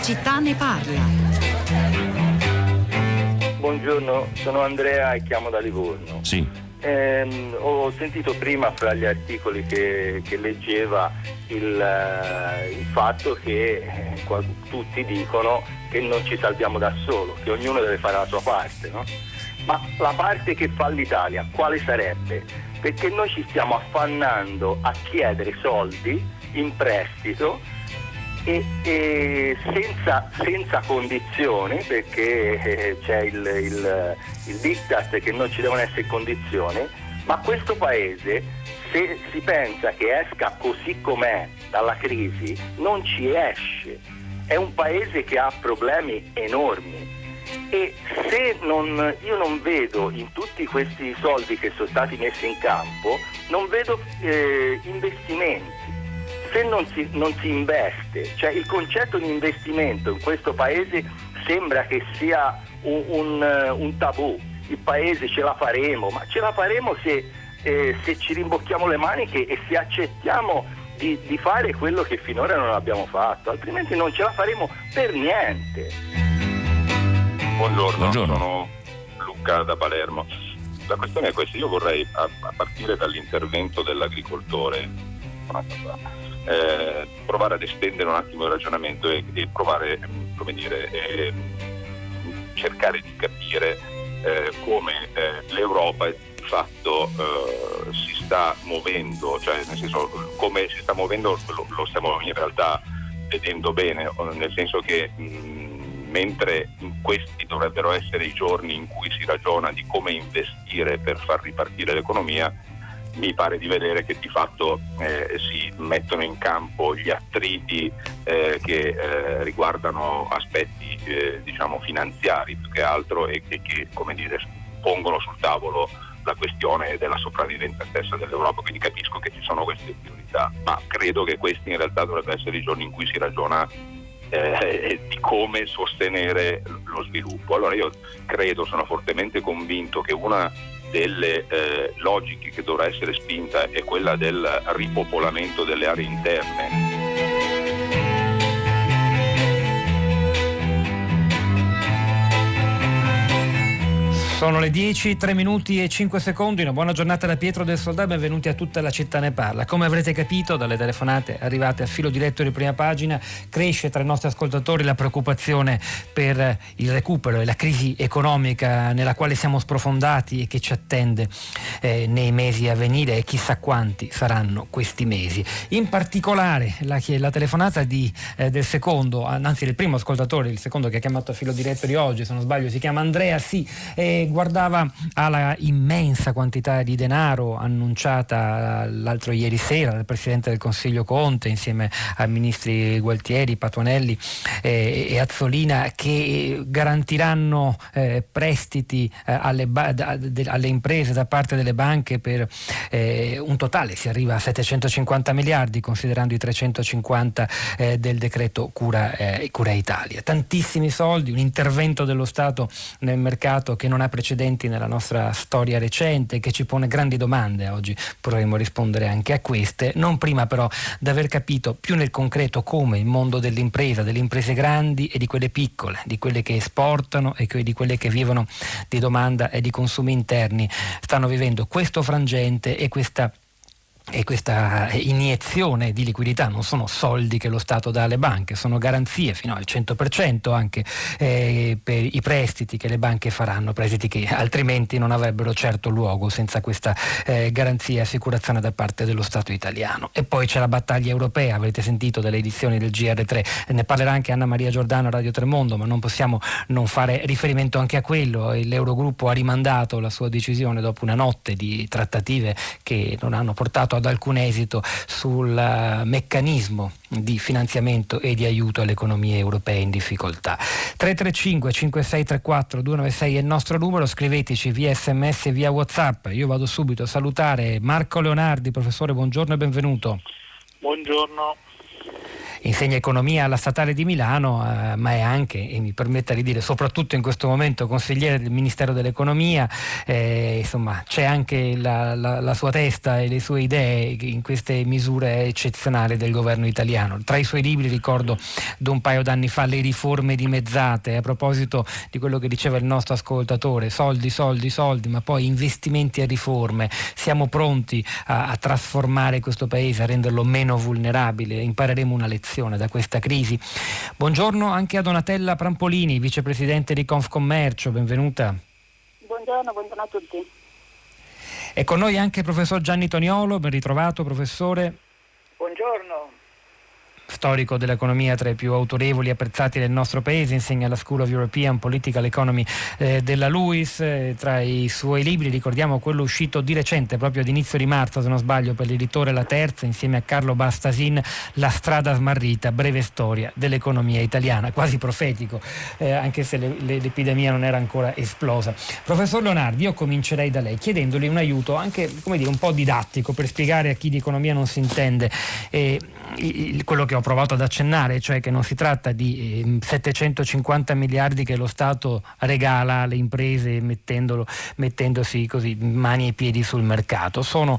città ne parla. Buongiorno, sono Andrea e chiamo da Livorno. Sì. Ho sentito prima fra gli articoli che leggeva il fatto che tutti dicono che non ci salviamo da solo, che ognuno deve fare la sua parte, no? Ma la parte che fa l'Italia quale sarebbe? Perché noi ci stiamo affannando a chiedere soldi in prestito e senza condizioni, perché c'è il diktat che non ci devono essere condizioni, ma questo paese, se si pensa che esca così com'è dalla crisi, non ci esce. È un paese che ha problemi enormi e io non vedo in tutti questi soldi che sono stati messi in campo, non vedo investimenti. Se non si investe, cioè il concetto di investimento in questo paese sembra che sia un tabù. Il paese ce la faremo, ma ce la faremo se ci rimbocchiamo le maniche e se accettiamo di fare quello che finora non abbiamo fatto, altrimenti non ce la faremo per niente. Buongiorno. Sono Luca da Palermo. La questione è questa: io vorrei, a partire dall'intervento dell'agricoltore, provare ad estendere un attimo il ragionamento e provare, cercare di capire come l'Europa di fatto si sta muovendo, cioè nel senso come si sta muovendo lo stiamo in realtà vedendo bene, nel senso che mentre questi dovrebbero essere i giorni in cui si ragiona di come investire per far ripartire l'economia, mi pare di vedere che di fatto si mettono in campo gli attriti che riguardano aspetti finanziari più che altro e che pongono sul tavolo la questione della sopravvivenza stessa dell'Europa. Quindi capisco che ci sono queste priorità, ma credo che questi in realtà dovrebbero essere i giorni in cui si ragiona di come sostenere lo sviluppo. Allora io sono fortemente convinto che una delle logiche che dovrà essere spinta è quella del ripopolamento delle aree interne. Sono le 10, 3 minuti e 5 secondi. Una buona giornata da Pietro del Soldà, benvenuti a Tutta la città ne parla. Come avrete capito dalle telefonate arrivate a filo diretto di Prima Pagina, cresce tra i nostri ascoltatori la preoccupazione per il recupero e la crisi economica nella quale siamo sprofondati e che ci attende nei mesi a venire, e chissà quanti saranno questi mesi. In particolare la telefonata del secondo, anzi del primo ascoltatore, il secondo che ha chiamato a filo diretto di oggi, se non sbaglio si chiama Andrea, guardava alla immensa quantità di denaro annunciata l'altro ieri sera dal Presidente del Consiglio Conte insieme ai ministri Gualtieri, Patuanelli e Azzolina, che garantiranno prestiti alle imprese da parte delle banche per un totale, si arriva a 750 miliardi considerando i 350 del decreto Cura Italia. Tantissimi soldi, un intervento dello Stato nel mercato che non ha precedenti nella nostra storia recente, che ci pone grandi domande. Oggi proveremo a rispondere anche a queste, non prima però di aver capito più nel concreto come il mondo dell'impresa, delle imprese grandi e di quelle piccole, di quelle che esportano e di quelle che vivono di domanda e di consumi interni, stanno vivendo questo frangente e questa iniezione di liquidità. Non sono soldi che lo Stato dà alle banche, sono garanzie fino al 100% anche per i prestiti che le banche faranno, prestiti che altrimenti non avrebbero certo luogo senza questa garanzia e assicurazione da parte dello Stato italiano. E poi c'è la battaglia europea, avrete sentito dalle edizioni del GR3, ne parlerà anche Anna Maria Giordano a Radio Tremondo, ma non possiamo non fare riferimento anche a quello. L'Eurogruppo ha rimandato la sua decisione dopo una notte di trattative che non hanno portato ad alcun esito sul meccanismo di finanziamento e di aiuto alle economie europee in difficoltà. 335 5634 296 è il nostro numero, scriveteci via SMS e via WhatsApp. Io vado subito a salutare Marco Leonardi. Professore, buongiorno e benvenuto. Buongiorno. insegna economia alla Statale di Milano, ma è anche, e mi permetta di dire, soprattutto in questo momento consigliere del Ministero dell'Economia. Insomma, c'è anche la sua testa e le sue idee in queste misure eccezionali del governo italiano. Tra i suoi libri ricordo da un paio d'anni fa Le riforme dimezzate, a proposito di quello che diceva il nostro ascoltatore: soldi, soldi, soldi, ma poi investimenti e riforme. Siamo pronti a trasformare questo paese, a renderlo meno vulnerabile? Impareremo una lezione da questa crisi. Buongiorno anche a Donatella Prampolini, vicepresidente di Confcommercio, benvenuta. Buongiorno a tutti. È con noi anche il professor Gianni Toniolo, ben ritrovato professore. Buongiorno. Storico dell'economia tra i più autorevoli e apprezzati del nostro paese, insegna alla School of European Political Economy della LUISS. Tra i suoi libri ricordiamo quello uscito di recente, proprio ad inizio di marzo se non sbaglio, per l'editore La Terza, insieme a Carlo Bastasin, La strada smarrita, breve storia dell'economia italiana, quasi profetico, anche se l'epidemia non era ancora esplosa. Professor Leonardi, io comincerei da lei chiedendogli un aiuto anche, come dire, un po' didattico per spiegare a chi di economia non si intende quello che ho provato ad accennare, cioè che non si tratta di 750 miliardi che lo Stato regala alle imprese mettendosi così mani e piedi sul mercato. Sono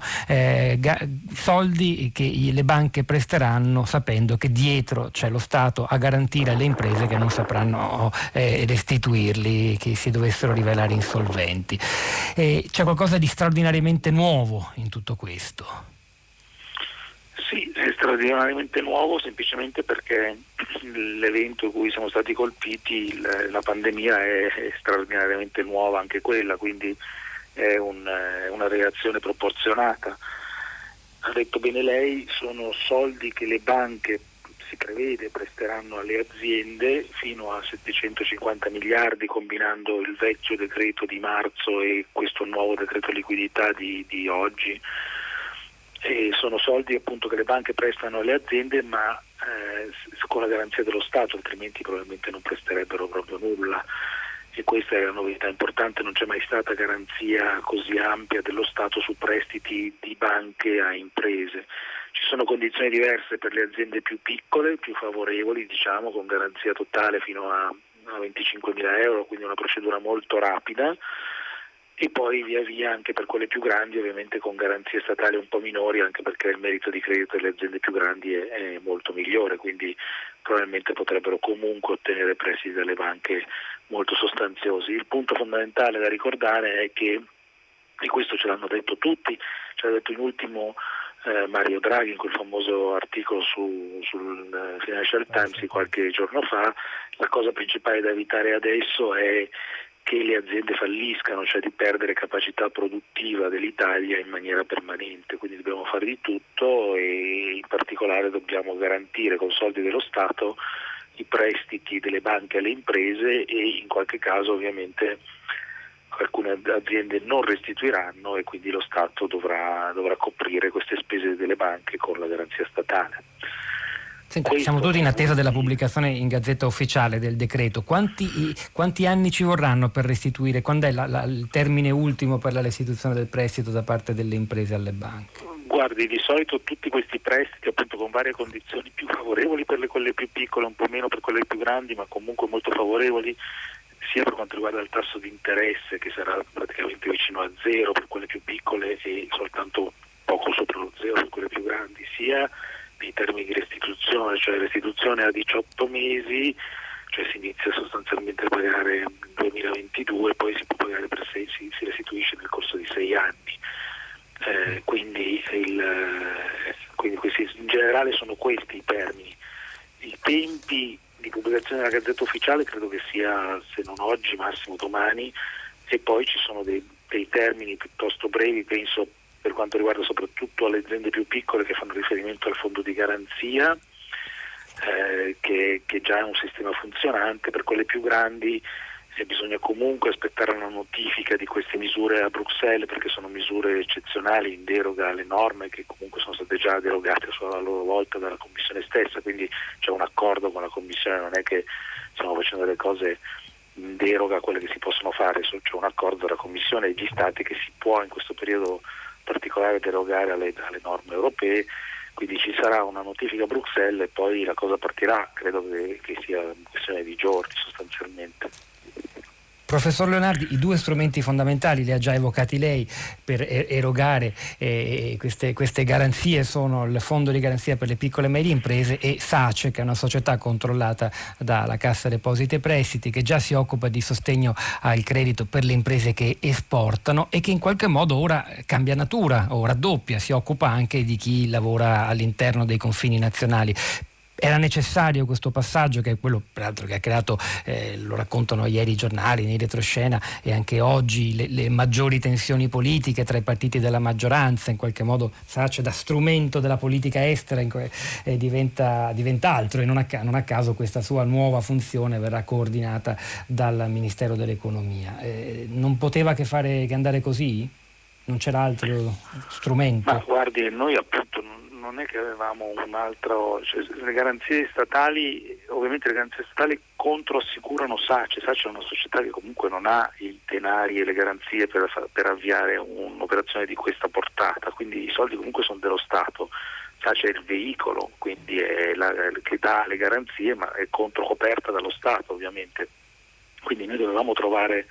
soldi che le banche presteranno sapendo che dietro c'è lo Stato a garantire alle imprese che non sapranno restituirli, che si dovessero rivelare insolventi. C'è qualcosa di straordinariamente nuovo in tutto questo? Sì, è straordinariamente nuovo semplicemente perché l'evento in cui siamo stati colpiti, la pandemia, è straordinariamente nuova anche quella, quindi è una reazione proporzionata. Ha detto bene lei, sono soldi che le banche, si prevede, presteranno alle aziende fino a 750 miliardi combinando il vecchio decreto di marzo e questo nuovo decreto liquidità di oggi. E sono soldi appunto che le banche prestano alle aziende, ma con la garanzia dello Stato, altrimenti probabilmente non presterebbero proprio nulla. E questa è la novità importante, non c'è mai stata garanzia così ampia dello Stato su prestiti di banche a imprese. Ci sono condizioni diverse per le aziende più piccole, più favorevoli, diciamo, con garanzia totale fino a 25.000 euro, quindi una procedura molto rapida. E poi via via anche per quelle più grandi, ovviamente con garanzie statali un po' minori, anche perché il merito di credito delle aziende più grandi è molto migliore, quindi probabilmente potrebbero comunque ottenere prestiti dalle banche molto sostanziosi. Il punto fondamentale da ricordare è che, e questo ce l'hanno detto tutti, ce l'ha detto in ultimo Mario Draghi in quel famoso articolo sul Financial Times di qualche giorno fa, la cosa principale da evitare adesso è che le aziende falliscano, cioè di perdere capacità produttiva dell'Italia in maniera permanente. Quindi dobbiamo fare di tutto e in particolare dobbiamo garantire con soldi dello Stato i prestiti delle banche alle imprese e in qualche caso ovviamente alcune aziende non restituiranno e quindi lo Stato dovrà coprire queste spese delle banche con la garanzia statale. Senta, siamo tutti in attesa della pubblicazione in Gazzetta Ufficiale del decreto. Quanti anni ci vorranno per restituire? Quando è il termine ultimo per la restituzione del prestito da parte delle imprese alle banche? Guardi, di solito tutti questi prestiti, appunto con varie condizioni più favorevoli per quelle più piccole, un po' meno per quelle più grandi, ma comunque molto favorevoli, sia per quanto riguarda il tasso di interesse, che sarà praticamente vicino a zero per quelle più piccole e soltanto poco sopra lo zero per quelle più grandi, sia nei termini di restituzione, cioè restituzione a 18 mesi, cioè si inizia sostanzialmente a pagare nel 2022, poi si può pagare per 6, si restituisce nel corso di 6 anni. Quindi questi, in generale sono questi i termini. I tempi di pubblicazione della Gazzetta Ufficiale credo che sia, se non oggi, massimo domani, e poi ci sono dei termini piuttosto brevi, penso per quanto riguarda soprattutto alle aziende più piccole che fanno riferimento al fondo di garanzia, che già è un sistema funzionante. Per quelle più grandi bisogna comunque aspettare una notifica di queste misure a Bruxelles, perché sono misure eccezionali in deroga alle norme che comunque sono state già derogate a loro volta dalla Commissione stessa, quindi c'è un accordo con la Commissione, non è che stiamo facendo delle cose in deroga a quelle che si possono fare, c'è un accordo tra la Commissione e gli Stati che si può in questo periodo particolare derogare alle norme europee, quindi ci sarà una notifica a Bruxelles e poi la cosa partirà, credo che sia una questione di giorni sostanzialmente. Professor Leonardi, i due strumenti fondamentali li ha già evocati lei per erogare queste garanzie sono il Fondo di garanzia per le piccole e medie imprese e SACE, che è una società controllata dalla Cassa Depositi e Prestiti, che già si occupa di sostegno al credito per le imprese che esportano e che in qualche modo ora cambia natura o raddoppia, si occupa anche di chi lavora all'interno dei confini nazionali. Era necessario questo passaggio, che è quello peraltro che ha creato, lo raccontano ieri i giornali, nei retroscena e anche oggi, le maggiori tensioni politiche tra i partiti della maggioranza. In qualche modo SACE da strumento della politica estera diventa altro, e non a caso questa sua nuova funzione verrà coordinata dal Ministero dell'Economia. Non poteva che andare così? Non c'era altro strumento? Ma guardi, noi appunto non è che avevamo un altro, le garanzie statali, ovviamente le garanzie statali controassicurano SACE è una società che comunque non ha i denari e le garanzie per avviare un'operazione di questa portata, quindi i soldi comunque sono dello Stato. SACE è il veicolo, quindi che dà le garanzie, ma è controcoperta dallo Stato ovviamente, quindi noi dovevamo trovare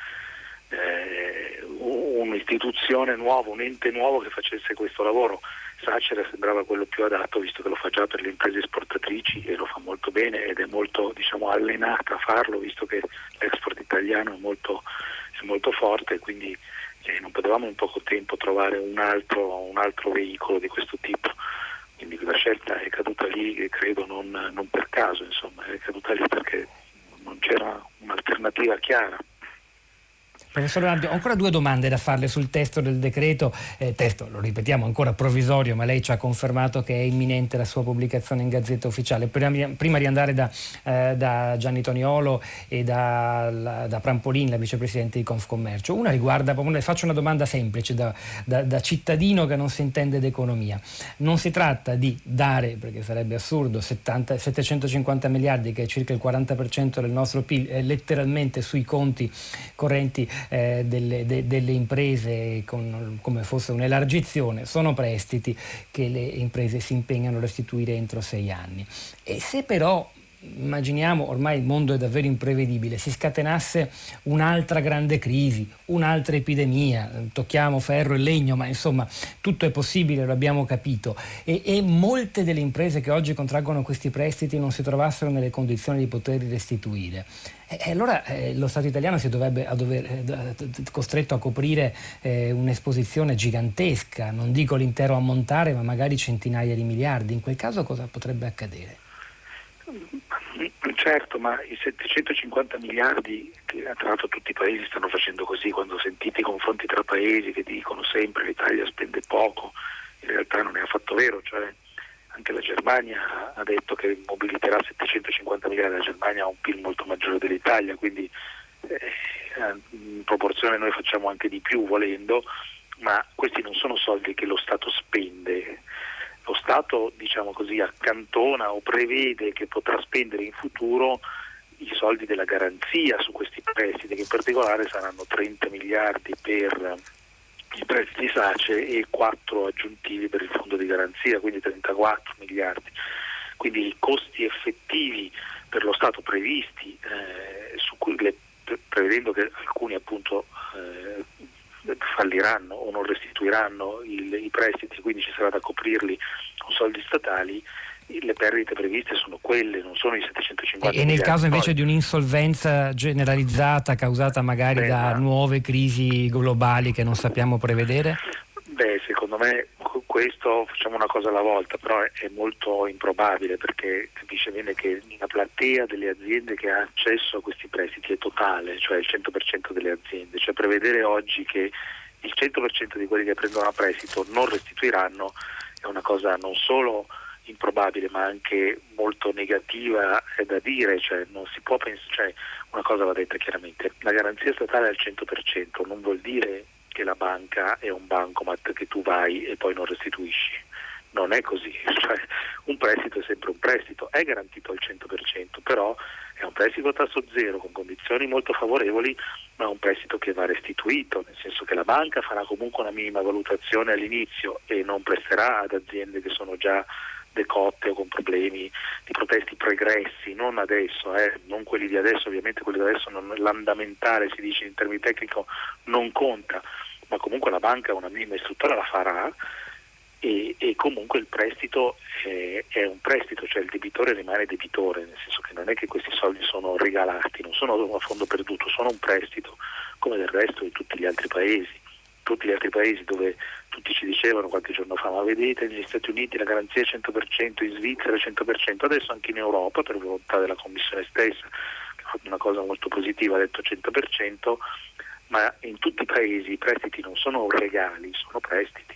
un'istituzione nuova, un ente nuovo che facesse questo lavoro. SACE sembrava quello più adatto, visto che lo fa già per le imprese esportatrici e lo fa molto bene ed è molto allenata a farlo, visto che l'export italiano è molto forte, quindi non potevamo in poco tempo trovare un altro veicolo di questo tipo. Quindi la scelta è caduta lì, credo non per caso, insomma, è caduta lì perché non c'era un'alternativa chiara. Professor Leonardi, ho ancora due domande da farle sul testo del decreto, testo, lo ripetiamo, ancora provvisorio, ma lei ci ha confermato che è imminente la sua pubblicazione in Gazzetta Ufficiale. Prima di andare da Gianni Toniolo e da Prampolin, la vicepresidente di Confcommercio, una riguarda, faccio una domanda semplice da cittadino che non si intende d'economia. Non si tratta di dare, perché sarebbe assurdo, 750 miliardi, che è circa il 40% del nostro PIL, letteralmente sui conti correnti delle imprese come fosse un'elargizione. Sono prestiti che le imprese si impegnano a restituire entro 6 anni. E se però, immaginiamo, ormai il mondo è davvero imprevedibile, si scatenasse un'altra grande crisi, un'altra epidemia, tocchiamo ferro e legno, ma insomma tutto è possibile, lo abbiamo capito, e molte delle imprese che oggi contraggono questi prestiti non si trovassero nelle condizioni di poterli restituire. E allora lo Stato italiano si dovrebbe costretto a coprire un'esposizione gigantesca, non dico l'intero ammontare, ma magari centinaia di miliardi. In quel caso cosa potrebbe accadere? Certo, ma i 750 miliardi, che tra l'altro tutti i paesi stanno facendo così, quando sentite i confronti tra paesi che dicono sempre l'Italia spende poco, in realtà non è affatto vero, cioè anche la Germania ha detto che mobiliterà 750 miliardi, la Germania ha un PIL molto maggiore dell'Italia, quindi in proporzione noi facciamo anche di più volendo, ma questi non sono soldi che lo Stato spende. Lo Stato, diciamo così, accantona o prevede che potrà spendere in futuro i soldi della garanzia su questi prestiti, che in particolare saranno 30 miliardi per i prestiti SACE e 4 aggiuntivi per il fondo di garanzia, quindi 34 miliardi. Quindi i costi effettivi per lo Stato previsti, prevedendo che alcuni appunto falliranno o non restituiranno i prestiti, quindi ci sarà da coprirli con soldi statali, le perdite previste sono quelle, non sono i 750 e nel caso invece poi, di un'insolvenza generalizzata causata magari da nuove crisi globali che non sappiamo prevedere? Secondo me questo facciamo una cosa alla volta, però è molto improbabile, perché capisce bene che la platea delle aziende che ha accesso a questi prestiti è totale, cioè il 100% delle aziende, cioè prevedere oggi che il 100% di quelli che prendono a prestito non restituiranno è una cosa non solo improbabile ma anche molto negativa da dire, cioè non si può pensare, cioè una cosa va detta chiaramente, la garanzia statale al 100% non vuol dire che la banca è un bancomat che tu vai e poi non restituisci, non è così, cioè, un prestito è sempre un prestito, è garantito al 100%, però è un prestito a tasso zero con condizioni molto favorevoli, ma è un prestito che va restituito, nel senso che la banca farà comunque una minima valutazione all'inizio e non presterà ad aziende che sono già decotte o con problemi di protesti pregressi, non adesso, non quelli di adesso, ovviamente quelli di adesso l'andamentale, si dice in termini tecnici, non conta, ma comunque la banca una minima istruttoria la farà. E comunque il prestito è un prestito, cioè il debitore rimane debitore, nel senso che non è che questi soldi sono regalati, non sono a fondo perduto, sono un prestito, come del resto di tutti gli altri paesi dove tutti ci dicevano qualche giorno fa, ma vedete negli Stati Uniti la garanzia è 100%, in Svizzera 100%, adesso anche in Europa per volontà della Commissione stessa, che ha fatto una cosa molto positiva, ha detto 100%, ma in tutti i paesi i prestiti non sono regali, sono prestiti.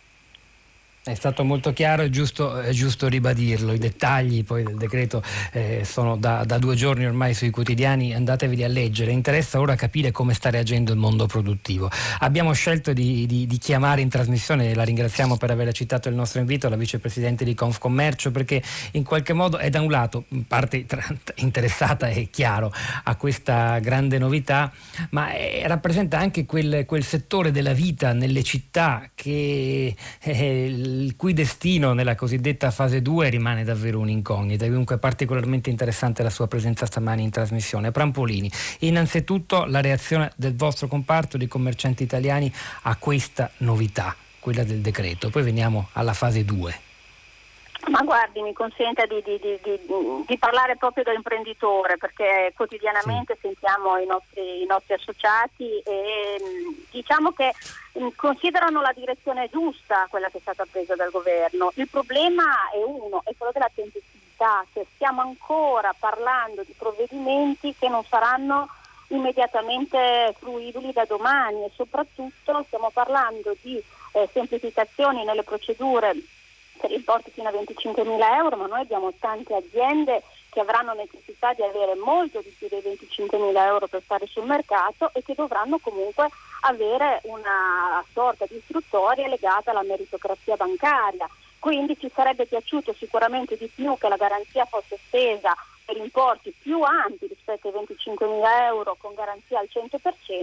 È stato molto chiaro, è giusto ribadirlo. I dettagli poi del decreto sono da 2 giorni ormai sui quotidiani, andateveli a leggere. Interessa ora capire come sta reagendo il mondo produttivo. Abbiamo scelto di chiamare in trasmissione, la ringraziamo per aver accettato il nostro invito, la vicepresidente di Confcommercio, perché in qualche modo è da un lato parte interessata, è chiaro, a questa grande novità, ma rappresenta anche quel settore della vita nelle città che il cui destino nella cosiddetta fase 2 rimane davvero un'incognita. Dunque è particolarmente interessante la sua presenza stamani in trasmissione. Prampolini, innanzitutto la reazione del vostro comparto di commercianti italiani a questa novità, quella del decreto, poi veniamo alla fase 2. Ma guardi, mi consenta di parlare proprio da imprenditore, perché quotidianamente sentiamo i nostri associati e diciamo che considerano la direzione giusta quella che è stata presa dal governo. Il problema è quello della tempestività, cioè stiamo ancora parlando di provvedimenti che non saranno immediatamente fruibili da domani e soprattutto stiamo parlando di semplificazioni nelle procedure per importi fino a 25.000 euro, ma noi abbiamo tante aziende che avranno necessità di avere molto di più dei 25.000 euro per stare sul mercato e che dovranno comunque avere una sorta di istruttoria legata alla meritocrazia bancaria. Quindi ci sarebbe piaciuto sicuramente di più che la garanzia fosse estesa per importi più ampi rispetto ai 25.000 euro con garanzia al 100%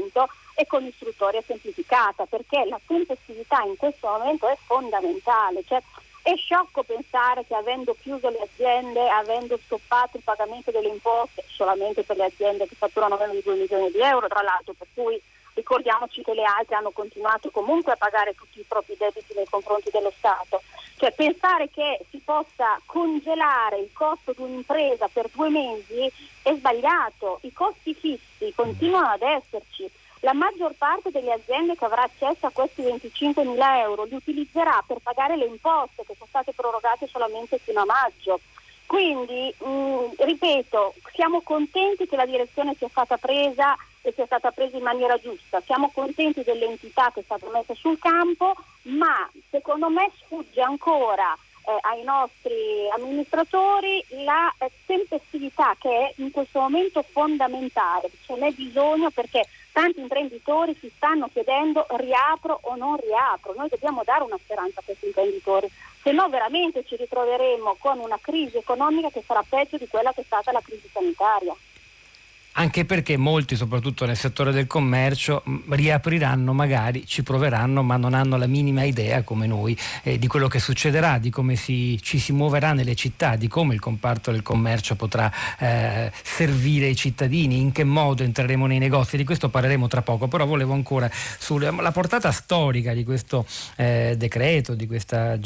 e con istruttoria semplificata, perché la tempestività in questo momento è fondamentale. Cioè, è sciocco pensare che avendo chiuso le aziende, avendo stoppato il pagamento delle imposte solamente per le aziende che fatturano meno di 2 milioni di euro, tra l'altro, per cui ricordiamoci che le altre hanno continuato comunque a pagare tutti i propri debiti nei confronti dello Stato. Cioè pensare che si possa congelare il costo di un'impresa per 2 mesi è sbagliato, i costi fissi continuano ad esserci. La maggior parte delle aziende che avrà accesso a questi 25.000 euro li utilizzerà per pagare le imposte che sono state prorogate solamente fino a maggio. Quindi, ripeto, siamo contenti che la direzione sia stata presa e sia stata presa in maniera giusta. Siamo contenti dell'entità che è stata messa sul campo, ma secondo me sfugge ancora ai nostri amministratori la tempestività che è in questo momento fondamentale. Ce n'è bisogno perché tanti imprenditori si stanno chiedendo riapro o non riapro. Noi dobbiamo dare una speranza a questi imprenditori, se no veramente ci ritroveremo con una crisi economica che sarà peggio di quella che è stata la crisi sanitaria. Anche perché molti, soprattutto nel settore del commercio, riapriranno, magari ci proveranno, ma non hanno la minima idea, come noi, di quello che succederà, di come ci si muoverà nelle città, di come il comparto del commercio potrà servire i cittadini, in che modo entreremo nei negozi. Di questo parleremo tra poco, però volevo ancora sulla portata storica di questo decreto, di questa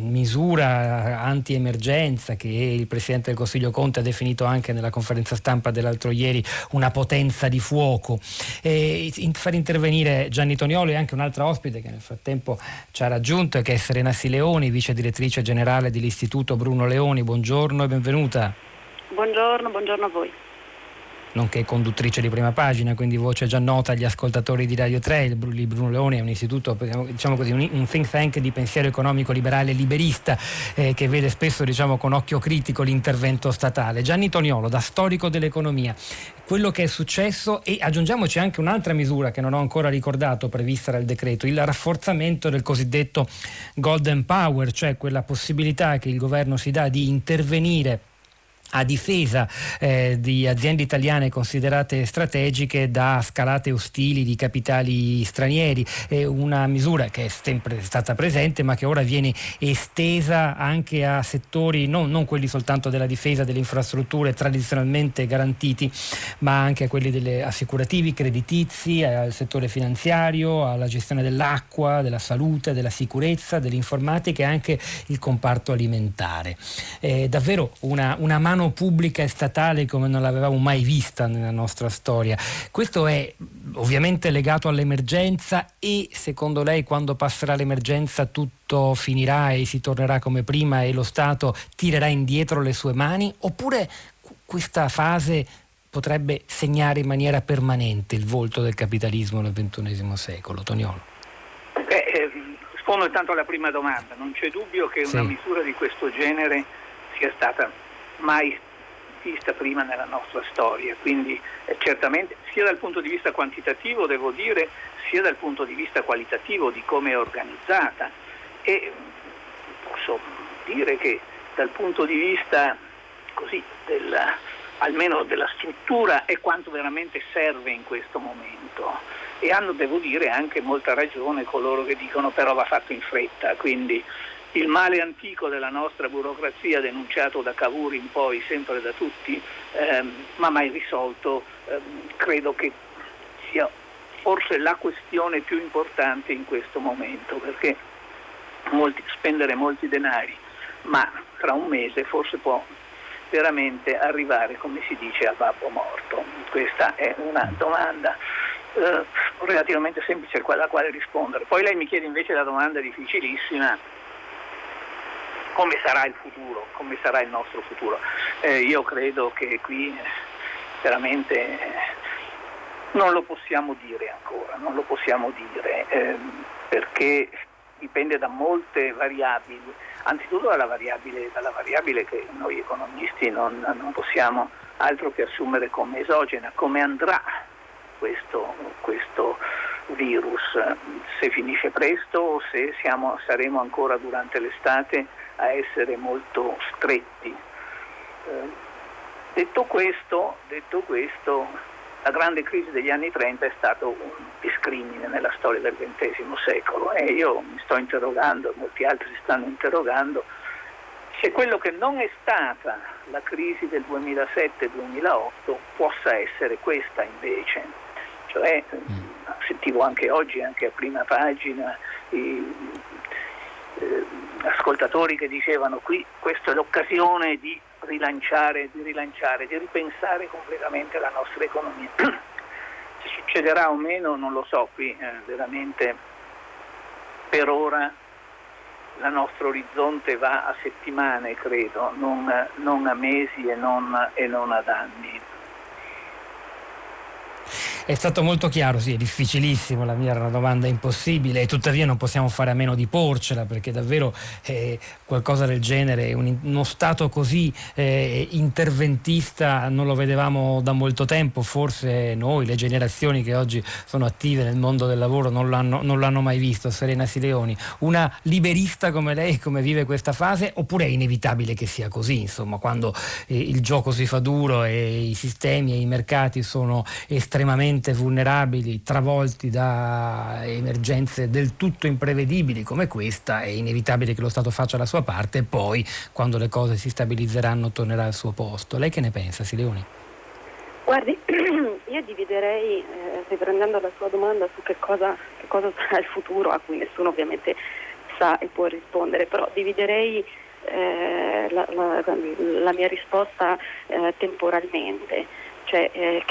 misura anti-emergenza che il Presidente del Consiglio Conte ha definito anche nella conferenza stampa dell'altro ieri una potenza di fuoco, far intervenire Gianni Toniolo e anche un'altra ospite che nel frattempo ci ha raggiunto, che è Serena Sileoni, vice direttrice generale dell'Istituto Bruno Leoni. Buongiorno e benvenuta. Buongiorno a voi. nonché conduttrice di Prima Pagina, quindi voce già nota agli ascoltatori di Radio 3. Il Bruno Leoni è un istituto, diciamo così, un think tank di pensiero economico liberale e liberista che vede spesso, diciamo, con occhio critico l'intervento statale. Gianni Toniolo, da storico dell'economia, quello che è successo, e aggiungiamoci anche un'altra misura che non ho ancora ricordato prevista dal decreto, il rafforzamento del cosiddetto Golden Power, cioè quella possibilità che il governo si dà di intervenire a difesa di aziende italiane considerate strategiche da scalate ostili di capitali stranieri. È una misura che è sempre stata presente, ma che ora viene estesa anche a settori non quelli soltanto della difesa, delle infrastrutture tradizionalmente garantiti, ma anche a quelli delle assicurativi, creditizi, al settore finanziario, alla gestione dell'acqua, della salute, della sicurezza, dell'informatica e anche il comparto alimentare. Davvero una mano pubblica e statale come non l'avevamo mai vista nella nostra storia. Questo è ovviamente legato all'emergenza, e secondo lei quando passerà l'emergenza tutto finirà e si tornerà come prima e lo Stato tirerà indietro le sue mani, oppure questa fase potrebbe segnare in maniera permanente il volto del capitalismo nel XXI secolo? Toniolo. Rispondo intanto alla prima domanda. Non c'è dubbio che una misura di questo genere sia stata mai vista prima nella nostra storia, quindi certamente sia dal punto di vista quantitativo, devo dire, sia dal punto di vista qualitativo di come è organizzata, e posso dire che dal punto di vista così almeno della struttura è quanto veramente serve in questo momento, e hanno, devo dire, anche molta ragione coloro che dicono però va fatto in fretta. Quindi il male antico della nostra burocrazia, denunciato da Cavour in poi, sempre da tutti, ma mai risolto, credo che sia forse la questione più importante in questo momento, perché spendere molti denari, ma tra un mese forse può veramente arrivare, come si dice, a babbo morto. Questa è una domanda relativamente semplice alla quale rispondere. Poi lei mi chiede invece la domanda difficilissima: come sarà il futuro, come sarà il nostro futuro? Io credo che qui veramente non lo possiamo dire ancora, perché dipende da molte variabili, anzitutto dalla variabile che noi economisti non possiamo altro che assumere come esogena, come andrà questo virus, se finisce presto o se saremo ancora durante l'estate a essere molto stretti. Detto questo, la grande crisi degli anni 30 è stato un discrimine nella storia del XX secolo, e io mi sto interrogando, molti altri si stanno interrogando, se quello che non è stata la crisi del 2007-2008 possa essere questa invece. Cioè, sentivo anche oggi, anche a Prima Pagina, ascoltatori che dicevano qui questa è l'occasione di rilanciare, di ripensare completamente la nostra economia. Se succederà o meno non lo so, qui veramente per ora il nostro orizzonte va a settimane, credo, non a mesi e non ad anni. È stato molto chiaro, sì, è difficilissimo, la mia era una domanda impossibile, e tuttavia non possiamo fare a meno di porcela, perché davvero qualcosa del genere, uno Stato così interventista non lo vedevamo da molto tempo. Forse noi, le generazioni che oggi sono attive nel mondo del lavoro, non l'hanno mai visto. Serena Sileoni, una liberista come lei, come vive questa fase, oppure è inevitabile che sia così, insomma, quando il gioco si fa duro e i sistemi e i mercati sono estremamente vulnerabili, travolti da emergenze del tutto imprevedibili come questa, è inevitabile che lo Stato faccia la sua parte, e poi quando le cose si stabilizzeranno tornerà al suo posto. Lei che ne pensa, Sileoni? Guardi, io dividerei, riprendendo la sua domanda su che cosa sarà il futuro, a cui nessuno ovviamente sa e può rispondere, però dividerei la mia risposta temporalmente. Cioè,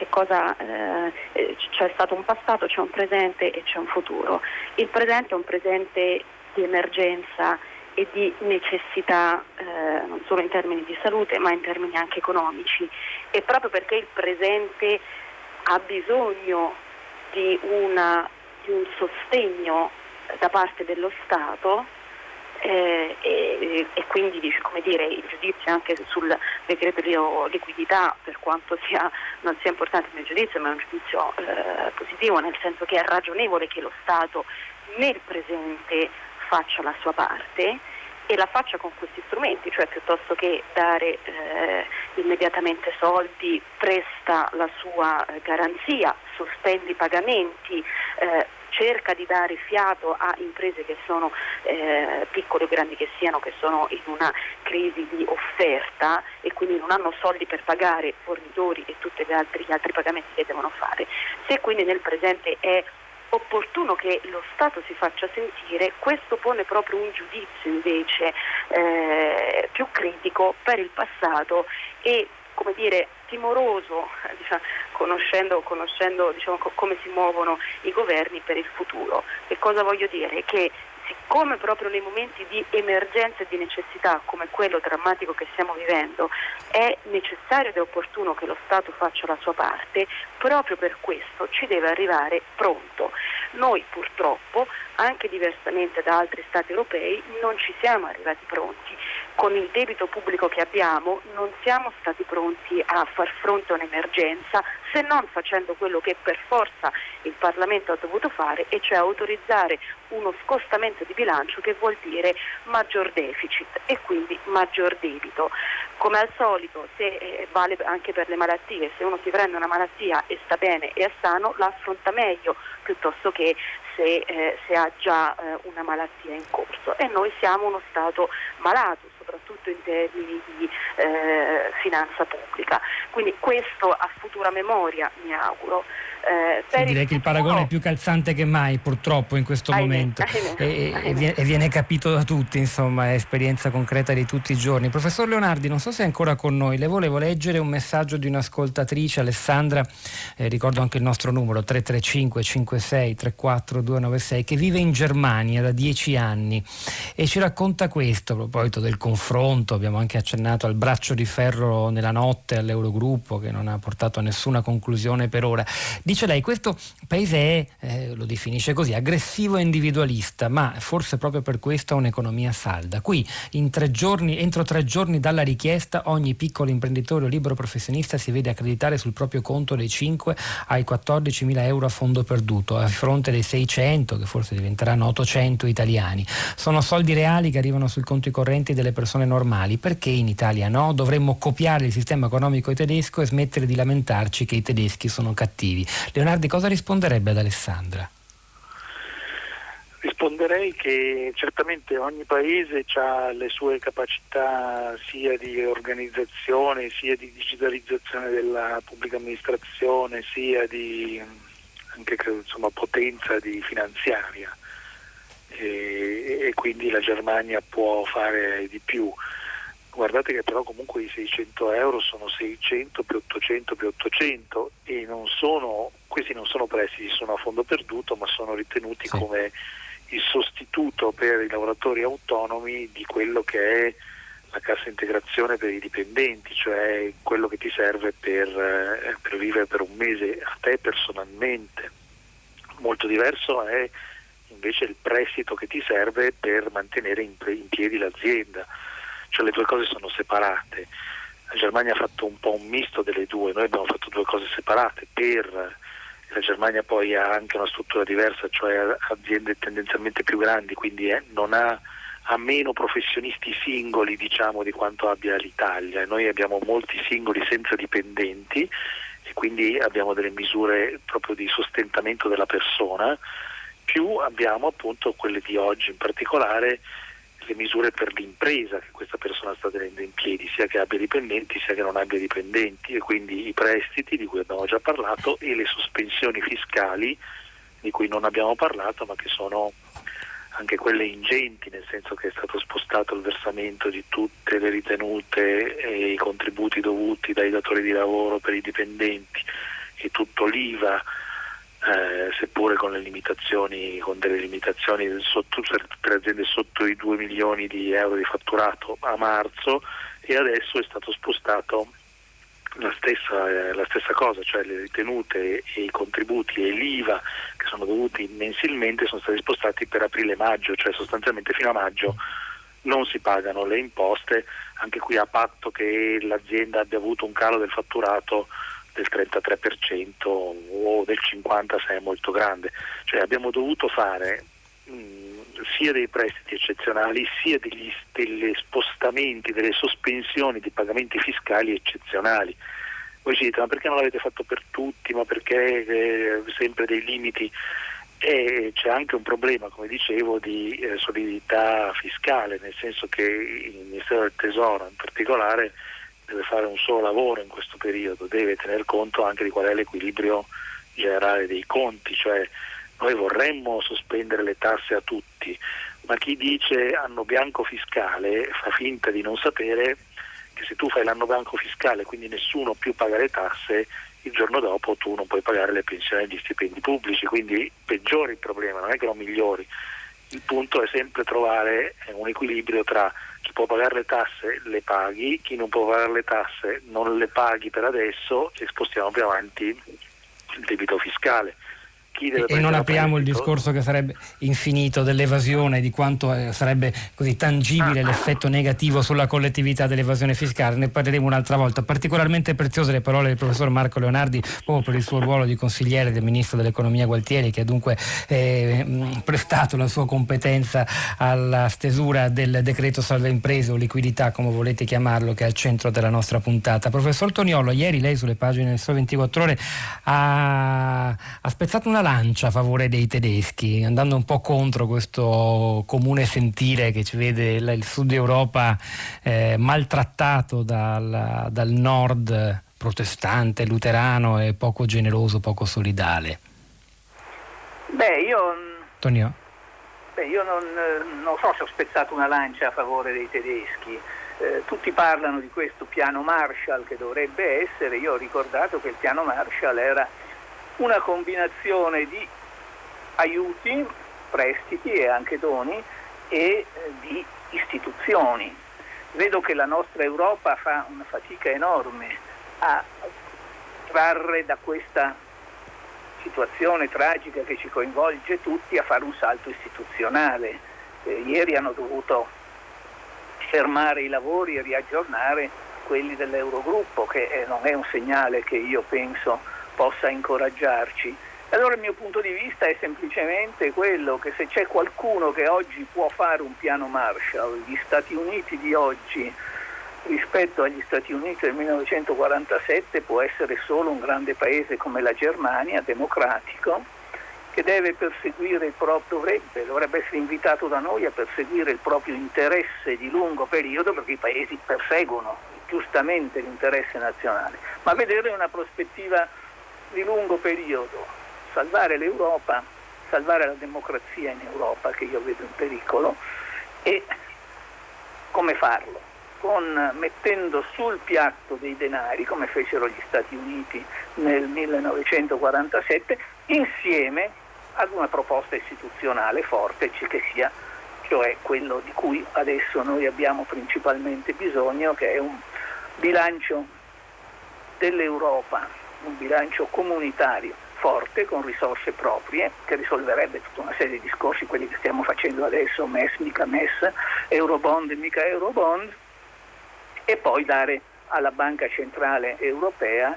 c'è stato un passato, c'è un presente e c'è un futuro. Il presente è un presente di emergenza e di necessità, non solo in termini di salute ma in termini anche economici, e proprio perché il presente ha bisogno di un sostegno da parte dello Stato, e quindi il giudizio anche sul decreto di liquidità, per quanto non sia importante il mio giudizio, ma è un giudizio positivo, nel senso che è ragionevole che lo Stato nel presente faccia la sua parte e la faccia con questi strumenti, cioè piuttosto che dare immediatamente soldi, presta la sua garanzia, sospende i pagamenti, cerca di dare fiato a imprese che sono piccole o grandi che siano, che sono in una crisi di offerta e quindi non hanno soldi per pagare fornitori e tutti gli altri pagamenti che devono fare. Se quindi nel presente è opportuno che lo Stato si faccia sentire, questo pone proprio un giudizio invece più critico per il passato e, come dire, timoroso, conoscendo come si muovono i governi per il futuro. Che cosa voglio dire? Che siccome proprio nei momenti di emergenza e di necessità come quello drammatico che stiamo vivendo è necessario ed è opportuno che lo Stato faccia la sua parte, proprio per questo ci deve arrivare pronto. Noi purtroppo, anche diversamente da altri Stati europei, non ci siamo arrivati pronti. Con il debito pubblico che abbiamo non siamo stati pronti a far fronte a un'emergenza, se non facendo quello che per forza il Parlamento ha dovuto fare, e cioè autorizzare uno scostamento di bilancio che vuol dire maggior deficit e quindi maggior debito. Come al solito, se vale anche per le malattie, se uno si prende una malattia e sta bene e è sano, la affronta meglio piuttosto che se ha già una malattia in corso. E noi siamo uno Stato malato, soprattutto in termini di finanza pubblica. Quindi questo a futura memoria, mi auguro. Direi che il paragone è più calzante che mai, purtroppo, in questo momento. E viene capito da tutti, insomma, è esperienza concreta di tutti i giorni. Professor Leonardi, non so se è ancora con noi, le volevo leggere un messaggio di un'ascoltatrice, Alessandra, ricordo anche il nostro numero, 335 56 34 296, che vive in Germania da 10 anni e ci racconta questo, a proposito del confronto. Abbiamo anche accennato al braccio di ferro nella notte all'Eurogruppo, che non ha portato a nessuna conclusione per ora. Dice lei, questo paese è, lo definisce così, aggressivo e individualista, ma forse proprio per questo ha un'economia salda. Qui entro 3 giorni dalla richiesta ogni piccolo imprenditore o libero professionista si vede accreditare sul proprio conto dai 5 ai 14.000 euro a fondo perduto, a fronte dei 600 che forse diventeranno 800 italiani. Sono soldi reali che arrivano sui conti correnti delle persone normali. Perché in Italia no? Dovremmo copiare il sistema economico tedesco e smettere di lamentarci che i tedeschi sono cattivi. Leonardi, cosa risponderebbe ad Alessandra? Risponderei che certamente ogni paese ha le sue capacità sia di organizzazione, sia di digitalizzazione della pubblica amministrazione, sia di anche potenza di finanziaria, e quindi la Germania può fare di più. Guardate che però comunque i 600 euro sono 600 più 800 più 800 e questi non sono prestiti, sono a fondo perduto, ma sono ritenuti come il sostituto per i lavoratori autonomi di quello che è la cassa integrazione per i dipendenti, cioè quello che ti serve per vivere per un mese a te personalmente. Molto diverso è invece il prestito che ti serve per mantenere in piedi l'azienda. Cioè le due cose sono separate. La Germania ha fatto un po' un misto delle due, noi abbiamo fatto due cose separate. La Germania poi ha anche una struttura diversa, cioè aziende tendenzialmente più grandi, quindi ha meno professionisti singoli, diciamo, di quanto abbia l'Italia. Noi abbiamo molti singoli senza dipendenti e quindi abbiamo delle misure proprio di sostentamento della persona, più abbiamo appunto quelle di oggi in particolare, le misure per l'impresa che questa persona sta tenendo in piedi, sia che abbia dipendenti sia che non abbia dipendenti, e quindi i prestiti di cui abbiamo già parlato e le sospensioni fiscali di cui non abbiamo parlato, ma che sono anche quelle ingenti, nel senso che è stato spostato il versamento di tutte le ritenute e i contributi dovuti dai datori di lavoro per i dipendenti e tutto l'IVA seppure con delle limitazioni per aziende sotto i 2 milioni di euro di fatturato a marzo, e adesso è stato spostato la stessa cosa, cioè le ritenute e i contributi e l'IVA che sono dovuti mensilmente sono stati spostati per aprile e maggio, cioè sostanzialmente fino a maggio non si pagano le imposte, anche qui a patto che l'azienda abbia avuto un calo del fatturato del 33% o del 50% se è molto grande. Cioè abbiamo dovuto fare sia dei prestiti eccezionali sia degli spostamenti, delle sospensioni di pagamenti fiscali eccezionali. Voi ci dite: ma perché non l'avete fatto per tutti, ma perché sempre dei limiti? E c'è anche un problema, come dicevo, di solidità fiscale, nel senso che il Ministero del Tesoro in particolare deve fare un solo lavoro in questo periodo, deve tener conto anche di qual è l'equilibrio generale dei conti, cioè noi vorremmo sospendere le tasse a tutti, ma chi dice anno bianco fiscale fa finta di non sapere che se tu fai l'anno bianco fiscale, quindi nessuno più paga le tasse, il giorno dopo tu non puoi pagare le pensioni e gli stipendi pubblici, quindi peggiori il problema, non è che lo migliori. Il punto è sempre trovare un equilibrio tra chi può pagare le tasse le paghi, chi non può pagare le tasse non le paghi per adesso e spostiamo più avanti il debito fiscale. E non apriamo il discorso che sarebbe infinito dell'evasione, di quanto sarebbe così tangibile l'effetto negativo sulla collettività dell'evasione fiscale. Ne parleremo un'altra volta. Particolarmente preziose le parole del professor Marco Leonardi, proprio per il suo ruolo di consigliere del ministro dell'economia Gualtieri, che ha dunque prestato la sua competenza alla stesura del decreto salva imprese o liquidità, come volete chiamarlo, che è al centro della nostra puntata. Professor Toniolo, ieri lei sulle pagine del Sole 24 Ore ha spezzato una lancia a favore dei tedeschi, andando un po' contro questo comune sentire che ci vede il sud Europa maltrattato dal nord protestante, luterano e poco generoso, poco solidale. Io Tonio? Io non so se ho spezzato una lancia a favore dei tedeschi. Tutti parlano di questo piano Marshall che dovrebbe essere. Io ho ricordato che il piano Marshall era una combinazione di aiuti, prestiti e anche doni e di istituzioni. Vedo che la nostra Europa fa una fatica enorme a trarre da questa situazione tragica che ci coinvolge tutti a fare un salto istituzionale. Ieri hanno dovuto fermare i lavori e riaggiornare quelli dell'Eurogruppo, che non è un segnale che io penso possa incoraggiarci. Allora il mio punto di vista è semplicemente quello che se c'è qualcuno che oggi può fare un piano Marshall, gli Stati Uniti di oggi rispetto agli Stati Uniti del 1947 può essere solo un grande paese come la Germania, democratico, che deve perseguire dovrebbe essere invitato da noi a perseguire il proprio interesse di lungo periodo, perché i paesi perseguono giustamente l'interesse nazionale, ma vedere una prospettiva di lungo periodo, salvare l'Europa, salvare la democrazia in Europa, che io vedo in pericolo. E come farlo? Mettendo sul piatto dei denari, come fecero gli Stati Uniti nel 1947, insieme ad una proposta istituzionale forte, che sia cioè quello di cui adesso noi abbiamo principalmente bisogno, che è un bilancio dell'Europa, un bilancio comunitario forte con risorse proprie, che risolverebbe tutta una serie di discorsi, quelli che stiamo facendo adesso, MES mica MES, Eurobond mica Eurobond, e poi dare alla Banca Centrale Europea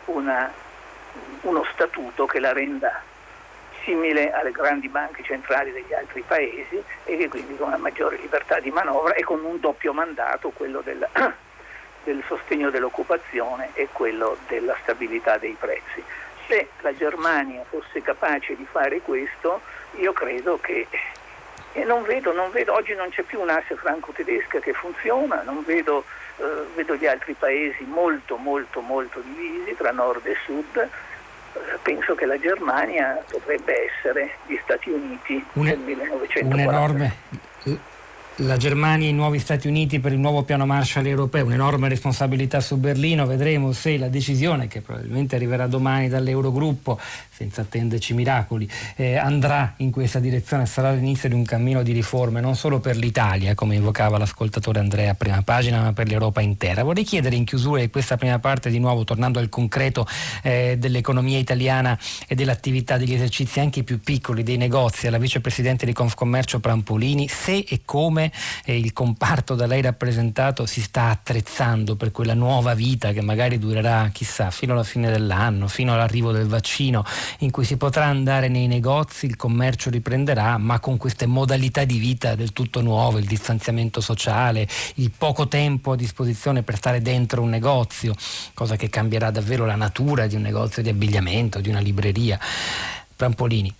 uno statuto che la renda simile alle grandi banche centrali degli altri paesi e che quindi con una maggiore libertà di manovra e con un doppio mandato, quello del sostegno dell'occupazione e quello della stabilità dei prezzi. Se la Germania fosse capace di fare questo, io credo che non vedo, oggi non c'è più un'asse franco-tedesca che funziona, vedo gli altri paesi molto molto molto divisi tra nord e sud. Penso che la Germania dovrebbe essere gli Stati Uniti del 1940. La Germania e i nuovi Stati Uniti per il nuovo piano Marshall europeo, un'enorme responsabilità su Berlino. Vedremo se la decisione, che probabilmente arriverà domani dall'Eurogruppo, senza attenderci miracoli, andrà in questa direzione, sarà l'inizio di un cammino di riforme non solo per l'Italia, come invocava l'ascoltatore Andrea a Prima Pagina, ma per l'Europa intera. Vorrei chiedere in chiusura di questa prima parte, di nuovo tornando al concreto dell'economia italiana e dell'attività degli esercizi anche più piccoli, dei negozi, alla vicepresidente di Confcommercio Prampolini, se e come il comparto da lei rappresentato si sta attrezzando per quella nuova vita che magari durerà, chissà, fino alla fine dell'anno, fino all'arrivo del vaccino, in cui si potrà andare nei negozi, il commercio riprenderà, ma con queste modalità di vita del tutto nuove, il distanziamento sociale, il poco tempo a disposizione per stare dentro un negozio, cosa che cambierà davvero la natura di un negozio di abbigliamento, di una libreria. Prampolini.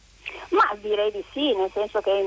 Ma direi di sì, nel senso che i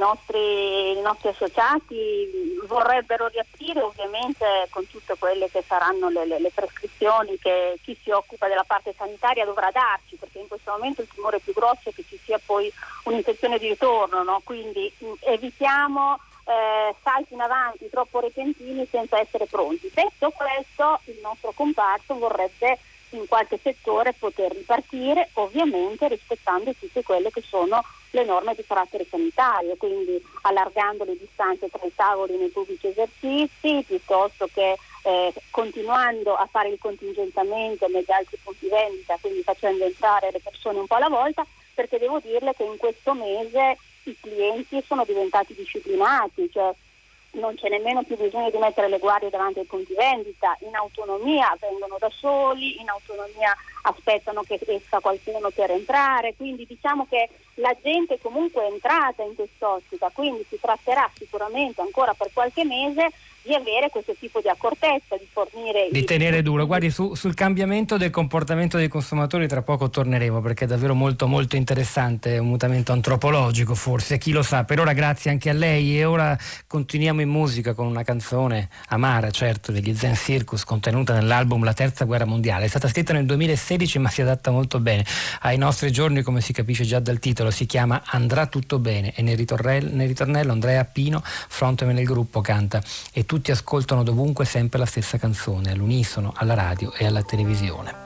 nostri associati vorrebbero riaprire, ovviamente con tutte quelle che saranno le prescrizioni che chi si occupa della parte sanitaria dovrà darci, perché in questo momento il timore più grosso è che ci sia poi un'infezione di ritorno, no? Quindi evitiamo salti in avanti troppo repentini senza essere pronti. Detto questo, il nostro comparto vorrebbe in qualche settore poter ripartire, ovviamente rispettando tutte quelle che sono le norme di carattere sanitario, quindi allargando le distanze tra i tavoli nei pubblici esercizi, piuttosto che continuando a fare il contingentamento negli altri punti vendita, quindi facendo entrare le persone un po' alla volta, perché devo dirle che in questo mese i clienti sono diventati disciplinati, cioè non c'è nemmeno più bisogno di mettere le guardie davanti ai punti vendita, in autonomia vengono da soli, in autonomia aspettano che esca qualcuno per entrare, quindi diciamo che la gente comunque è entrata in quest'ottica, quindi si tratterà sicuramente ancora per qualche mese di avere questo tipo di accortezza, di fornire... Di tenere duro. Guardi, sul cambiamento del comportamento dei consumatori tra poco torneremo, perché è davvero molto molto interessante, un mutamento antropologico forse, chi lo sa. Per ora grazie anche a lei, e ora continuiamo in musica con una canzone amara, certo, degli Zen Circus, contenuta nell'album La Terza Guerra Mondiale. È stata scritta nel 2016 ma si adatta molto bene ai nostri giorni, come si capisce già dal titolo. Si chiama Andrà tutto bene e nel ritornello Andrea Pino, frontman del gruppo, canta: e tutti ascoltano dovunque sempre la stessa canzone, all'unisono, alla radio e alla televisione.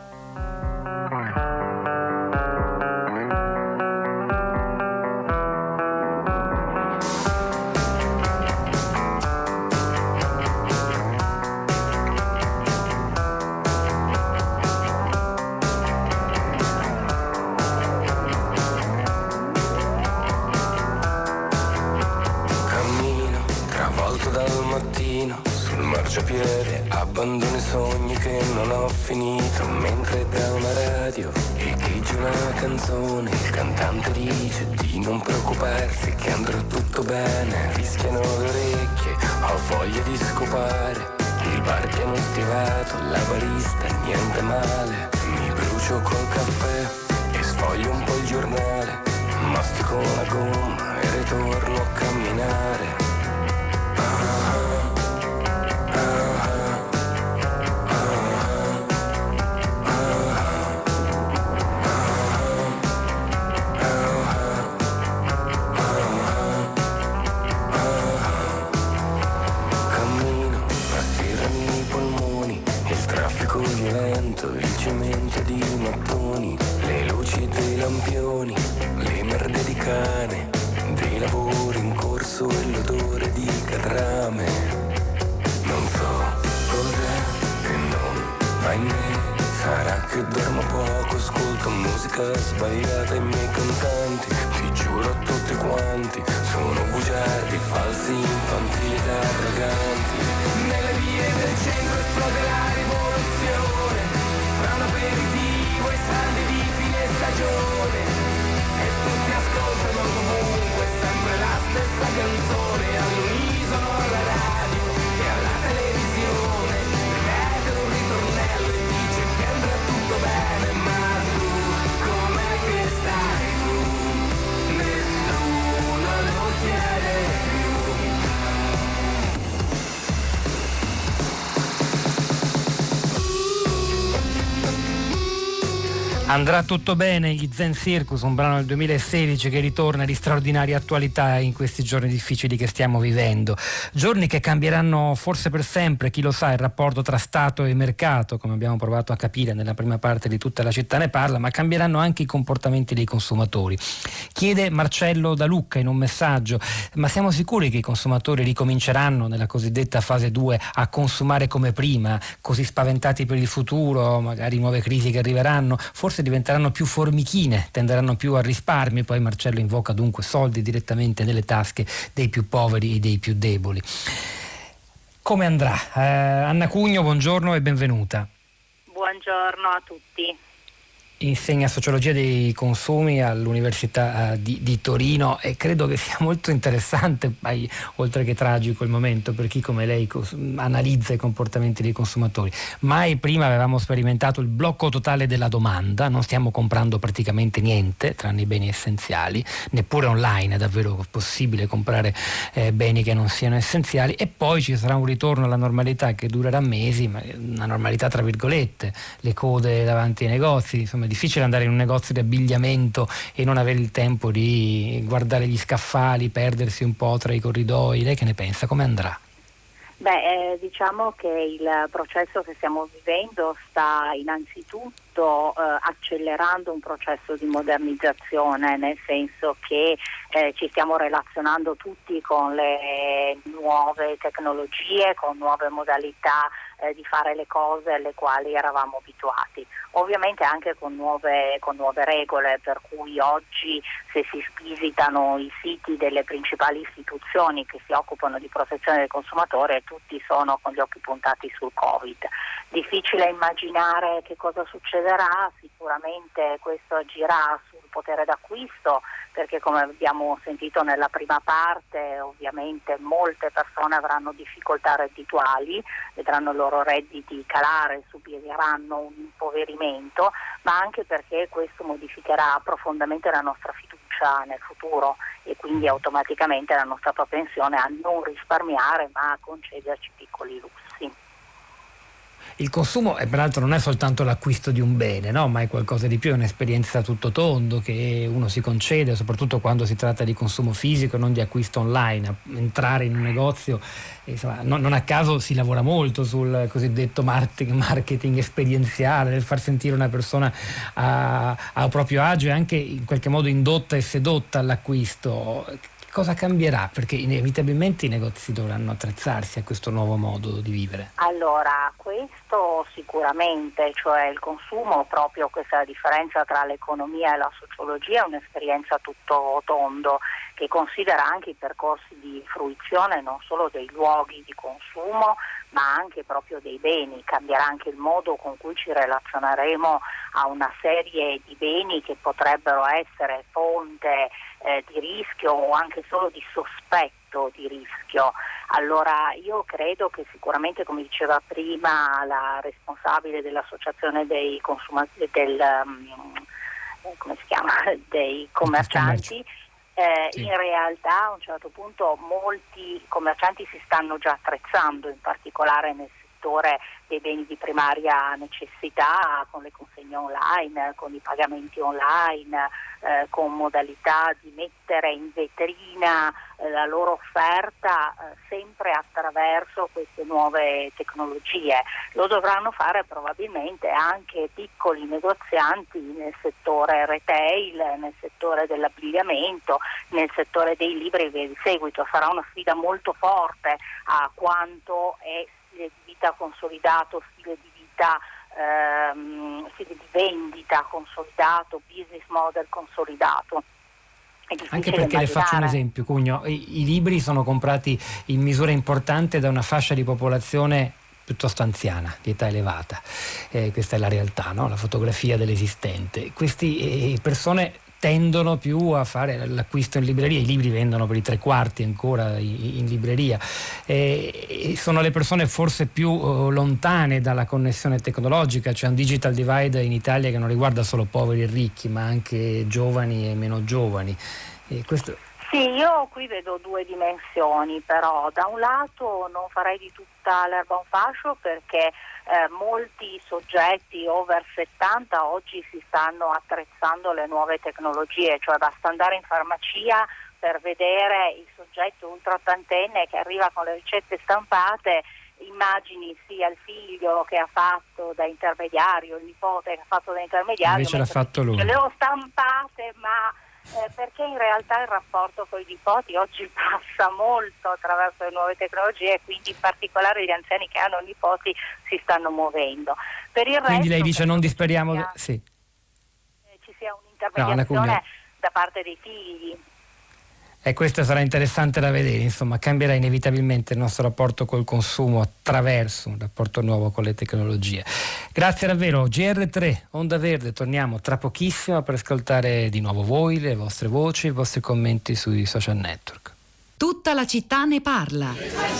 Abbandono i sogni che non ho finito, mentre da una radio echeggia una canzone. Il cantante dice di non preoccuparsi, che andrà tutto bene. Fischiano le orecchie, ho voglia di scopare. Il bar pieno stivato, la barista niente male. Mi brucio col caffè e sfoglio un po' il giornale. Mastico una gomma e ritorno a camminare. Il cemento di mattoni, le luci dei lampioni, le merde di cane, dei lavori in corso e l'odore di catrame. Non so cos'è che non va in me, sarà che dormo poco, ascolto musica sbagliata, i miei cantanti, ti giuro a tutti quanti, sono bugiardi, falsi, infantili ed arroganti. Nelle vie del centro esplode la rivoluzione, fra un aperitivo e saldi di fine stagione, e tutti ascoltano comunque sempre la stessa canzone, all'unisono, alla radio e alla televisione. Ripete un ritornello e dice che andrà tutto bene, ma tu, com'è che stai tu? Nessuno lo chiede più. Andrà tutto bene, gli Zen Circus, un brano del 2016 che ritorna di straordinaria attualità in questi giorni difficili che stiamo vivendo. Giorni che cambieranno forse per sempre, chi lo sa, il rapporto tra Stato e mercato, come abbiamo provato a capire nella prima parte di Tutta la città ne parla, ma cambieranno anche i comportamenti dei consumatori. Chiede Marcello da Lucca in un messaggio: ma siamo sicuri che i consumatori ricominceranno nella cosiddetta fase 2 a consumare come prima, così spaventati per il futuro, magari nuove crisi che arriveranno? Forse diventeranno più formichine, tenderanno più al risparmio. Poi Marcello invoca dunque soldi direttamente nelle tasche dei più poveri e dei più deboli. Come andrà? Anna Cugno, buongiorno e benvenuta. Buongiorno a tutti. Insegna sociologia dei consumi all'Università di Torino e credo che sia molto interessante, oltre che tragico il momento per chi come lei analizza i comportamenti dei consumatori. Mai prima avevamo sperimentato il blocco totale della domanda, non stiamo comprando praticamente niente tranne i beni essenziali, neppure online è davvero possibile comprare beni che non siano essenziali, e poi ci sarà un ritorno alla normalità che durerà mesi, ma una normalità tra virgolette, le code davanti ai negozi, insomma è difficile andare in un negozio di abbigliamento e non avere il tempo di guardare gli scaffali, perdersi un po' tra i corridoi. Lei che ne pensa? Come andrà? Diciamo che il processo che stiamo vivendo sta innanzitutto accelerando un processo di modernizzazione, nel senso che ci stiamo relazionando tutti con le nuove tecnologie, con nuove modalità di fare le cose alle quali eravamo abituati. Ovviamente anche con nuove regole, per cui oggi se si visitano i siti delle principali istituzioni che si occupano di protezione del consumatore, tutti sono con gli occhi puntati sul Covid. Difficile immaginare che cosa succederà, sicuramente questo agirà sul potere d'acquisto, perché come abbiamo sentito nella prima parte ovviamente molte persone avranno difficoltà reddituali, vedranno i loro redditi calare, subiranno un impoverimento, ma anche perché questo modificherà profondamente la nostra fiducia nel futuro e quindi automaticamente la nostra propensione a non risparmiare ma a concederci piccoli lussi. Il consumo peraltro non è soltanto l'acquisto di un bene, no? Ma è qualcosa di più, è un'esperienza a tutto tondo che uno si concede, soprattutto quando si tratta di consumo fisico e non di acquisto online. Entrare in un negozio, insomma, non a caso si lavora molto sul cosiddetto marketing esperienziale, nel far sentire una persona a proprio agio e anche in qualche modo indotta e sedotta all'acquisto. Cosa cambierà? Perché inevitabilmente i negozi dovranno attrezzarsi a questo nuovo modo di vivere. Allora, questo sicuramente, cioè il consumo, proprio questa è la differenza tra l'economia e la sociologia, è un'esperienza a tutto tondo che considera anche i percorsi di fruizione non solo dei luoghi di consumo ma anche proprio dei beni. Cambierà anche il modo con cui ci relazioneremo a una serie di beni che potrebbero essere fonte di rischio o anche solo di sospetto di rischio. Allora io credo che sicuramente, come diceva prima la responsabile dell'associazione dei consumatori, dei commercianti, in realtà a un certo punto molti commercianti si stanno già attrezzando, in particolare nel settore dei beni di primaria necessità, con le consegne online, con i pagamenti online, con modalità di mettere in vetrina la loro offerta sempre attraverso queste nuove tecnologie. Lo dovranno fare probabilmente anche piccoli negozianti nel settore retail, nel settore dell'abbigliamento, nel settore dei libri e via di seguito. Sarà una sfida molto forte a quanto è stile di vita consolidato, stile di vita stile di vendita consolidato, business model consolidato. Anche perché le faccio un esempio, Cugno, i libri sono comprati in misura importante da una fascia di popolazione piuttosto anziana, di età elevata, questa è la realtà, no? La fotografia dell'esistente. Queste persone tendono più a fare l'acquisto in libreria, i libri vendono per i 3/4 ancora in libreria, sono le persone forse più lontane dalla connessione tecnologica. C'è un digital divide in Italia che non riguarda solo poveri e ricchi ma anche giovani e meno giovani. Questo Sì, io qui vedo due dimensioni, però da un lato non farei di tutta l'erba un fascio, perché molti soggetti over 70 oggi si stanno attrezzando alle nuove tecnologie, cioè basta andare in farmacia per vedere il soggetto ultra ottantenne che arriva con le ricette stampate, immagini sia il figlio che ha fatto da intermediario, il nipote che ha fatto da intermediario, invece l'ha fatto lui. Le ho stampate, ma perché in realtà il rapporto con i nipoti oggi passa molto attraverso le nuove tecnologie, e quindi in particolare gli anziani che hanno nipoti si stanno muovendo. Per il quindi resto, lei dice non disperiamo ci sia un'intermediazione da parte dei figli. E questo sarà interessante da vedere, insomma, cambierà inevitabilmente il nostro rapporto col consumo attraverso un rapporto nuovo con le tecnologie. Grazie davvero. GR3, Onda Verde, torniamo tra pochissimo per ascoltare di nuovo voi, le vostre voci, i vostri commenti sui social network. Tutta la città ne parla.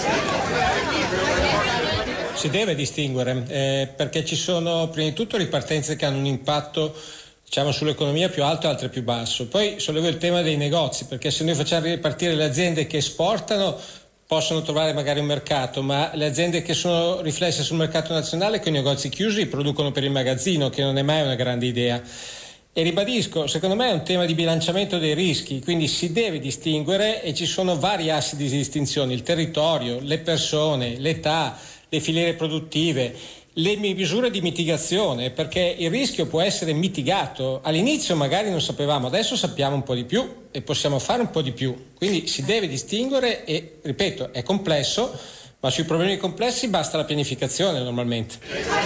Si deve distinguere perché ci sono prima di tutto ripartenze che hanno un impatto sull'economia più alto e altre più basso. Poi sollevo il tema dei negozi, perché se noi facciamo ripartire le aziende che esportano possono trovare magari un mercato, ma le aziende che sono riflesse sul mercato nazionale con i negozi chiusi producono per il magazzino, che non è mai una grande idea. E ribadisco, secondo me è un tema di bilanciamento dei rischi, quindi si deve distinguere e ci sono vari assi di distinzione: il territorio, le persone, l'età, le filiere produttive, le misure di mitigazione, perché il rischio può essere mitigato. All'inizio magari non sapevamo, adesso sappiamo un po' di più e possiamo fare un po' di più, quindi si deve distinguere e, ripeto, è complesso, ma sui problemi complessi basta la pianificazione normalmente.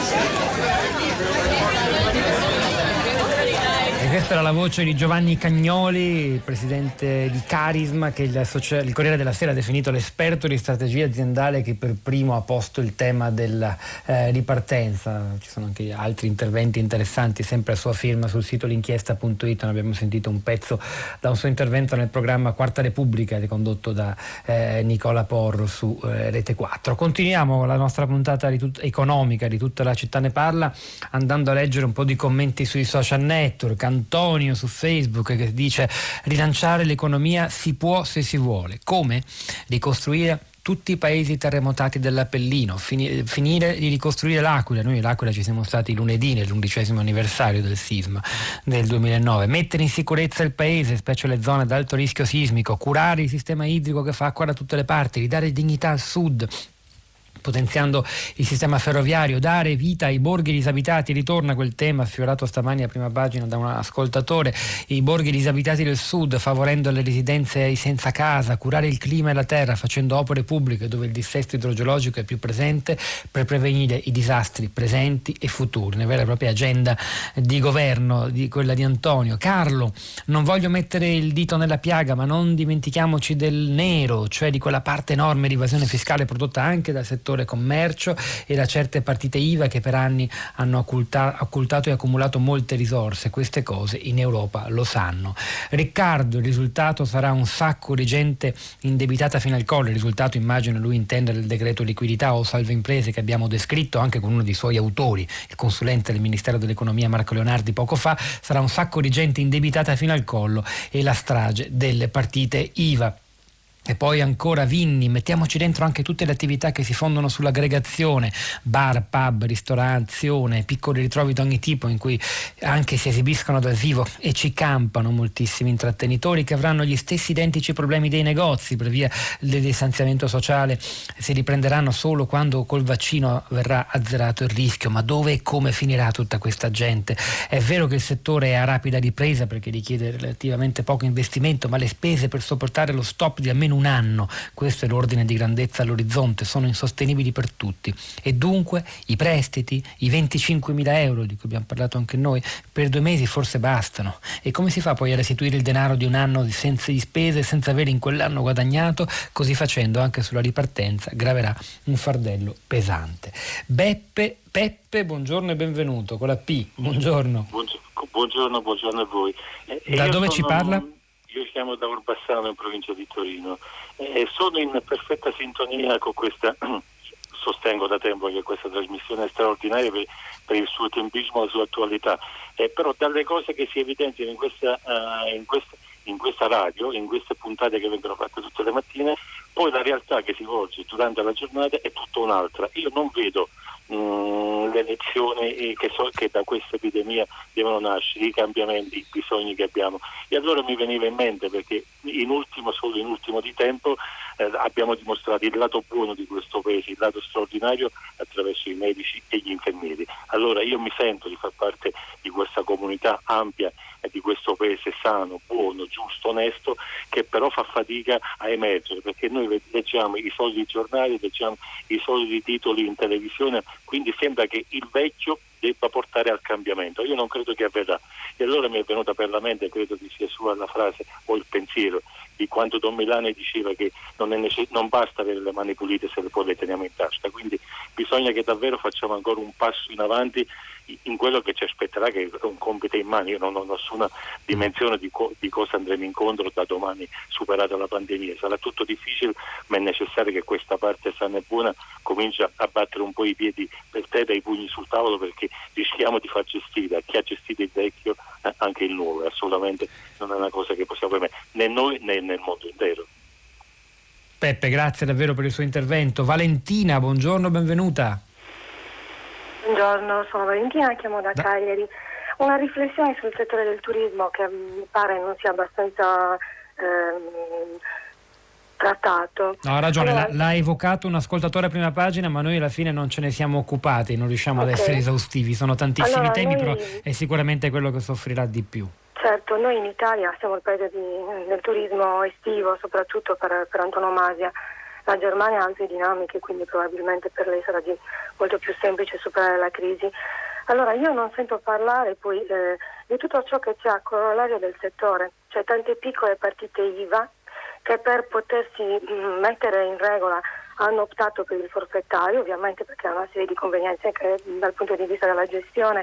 E questa era la voce di Giovanni Cagnoli, presidente di Carisma, che il Corriere della Sera ha definito l'esperto di strategia aziendale che per primo ha posto il tema della ripartenza. Ci sono anche altri interventi interessanti, sempre a sua firma, sul sito l'inchiesta.it. Ne abbiamo sentito un pezzo da un suo intervento nel programma Quarta Repubblica, condotto da Nicola Porro su Rete 4. Continuiamo la nostra puntata economica di Tutta la città ne parla, andando a leggere un po' di commenti sui social network. Antonio su Facebook che dice: rilanciare l'economia si può se si vuole. Come? Ricostruire tutti i paesi terremotati dell'Appennino, finire di ricostruire l'Aquila. Noi l'Aquila ci siamo stati lunedì nell'11° anniversario del sisma del 2009, mettere in sicurezza il paese, specie le zone ad alto rischio sismico, curare il sistema idrico che fa acqua da tutte le parti, ridare dignità al sud, potenziando il sistema ferroviario, dare vita ai borghi disabitati. Ritorna quel tema affiorato stamani a prima pagina da un ascoltatore: i borghi disabitati del sud, favorendo le residenze ai senza casa, curare il clima e la terra, facendo opere pubbliche dove il dissesto idrogeologico è più presente, per prevenire i disastri presenti e futuri. Una vera e propria agenda di governo, di quella di Antonio. Carlo: non voglio mettere il dito nella piaga, ma non dimentichiamoci del nero, cioè di quella parte enorme di evasione fiscale prodotta anche dal settore commercio e da certe partite IVA che per anni hanno occultato e accumulato molte risorse. Queste cose in Europa lo sanno. Riccardo: il risultato sarà un sacco di gente indebitata fino al collo. Il risultato, immagino lui intende, del decreto liquidità o salva imprese che abbiamo descritto anche con uno dei suoi autori, il consulente del Ministero dell'Economia Marco Leonardi poco fa. Sarà un sacco di gente indebitata fino al collo e la strage delle partite IVA. E poi ancora Vinni: mettiamoci dentro anche tutte le attività che si fondano sull'aggregazione, bar, pub, ristorazione, piccoli ritrovi di ogni tipo in cui anche si esibiscono dal vivo e ci campano moltissimi intrattenitori che avranno gli stessi identici problemi dei negozi per via del distanziamento sociale. Si riprenderanno solo quando col vaccino verrà azzerato il rischio. Ma dove e come finirà tutta questa gente? È vero che il settore è a rapida ripresa perché richiede relativamente poco investimento, ma le spese per sopportare lo stop di almeno un anno, questo è l'ordine di grandezza all'orizzonte, sono insostenibili per tutti. E dunque i prestiti, i 25.000 euro di cui abbiamo parlato anche noi, per 2 mesi forse bastano. E come si fa poi a restituire il denaro di un anno di spese senza avere in quell'anno guadagnato? Così facendo anche sulla ripartenza graverà un fardello pesante. Peppe, buongiorno e benvenuto con la P. Buongiorno. Buongiorno a voi. Da dove ci parla? Io chiamo da Orbassano in provincia di Torino e sono in perfetta sintonia con questa, sostengo da tempo che questa trasmissione è straordinaria per il suo tempismo e la sua attualità, però dalle cose che si evidenziano in questa radio, in queste puntate che vengono fatte tutte le mattine, poi la realtà che si svolge durante la giornata è tutta un'altra. Io non vedo le lezioni che da questa epidemia devono nascere, i cambiamenti, i bisogni che abbiamo. E allora mi veniva in mente, perché solo in ultimo di tempo abbiamo dimostrato il lato buono di questo paese, il lato straordinario attraverso i medici e gli infermieri. Allora io mi sento di far parte di questa comunità ampia e di questo paese sano, buono, giusto, onesto, che però fa fatica a emergere, perché noi leggiamo i soliti giornali, leggiamo i soliti titoli in televisione, quindi sembra che il vecchio debba portare al cambiamento. Io non credo che avverrà. E allora mi è venuta per la mente, credo che sia sua la frase o il pensiero di quando Don Milani diceva che non basta avere le mani pulite se poi le teniamo in tasca, quindi bisogna che davvero facciamo ancora un passo in avanti in quello che ci aspetterà, che è un compito in mano. Io non ho nessuna dimensione di cosa andremo incontro da domani, superata la pandemia. Sarà tutto difficile, ma è necessario che questa parte sana e buona cominci a battere un po' i piedi per terra e i pugni sul tavolo, perché rischiamo di far gestire a chi ha gestito il vecchio anche il nuovo. Assolutamente non è una cosa che possiamo permettere, né noi né nel mondo intero. Peppe, grazie davvero per il suo intervento. Valentina, buongiorno, benvenuta. Buongiorno, sono Valentina, chiamo da Cagliari. Una riflessione sul settore del turismo che mi pare non sia abbastanza trattato. No, ha ragione, allora, l'ha evocato un ascoltatore a prima pagina, ma noi alla fine non ce ne siamo occupati, non riusciamo ad essere esaustivi. Sono tantissimi temi, però è sicuramente quello che soffrirà di più. Certo, noi in Italia siamo il paese del turismo estivo, soprattutto per antonomasia. La Germania ha altre dinamiche, quindi probabilmente per lei sarà molto più semplice superare la crisi. Allora io non sento parlare poi di tutto ciò che c'è a corollario del settore, cioè tante piccole partite IVA che per potersi mettere in regola hanno optato per il forfettario, ovviamente perché ha una serie di convenienze che dal punto di vista della gestione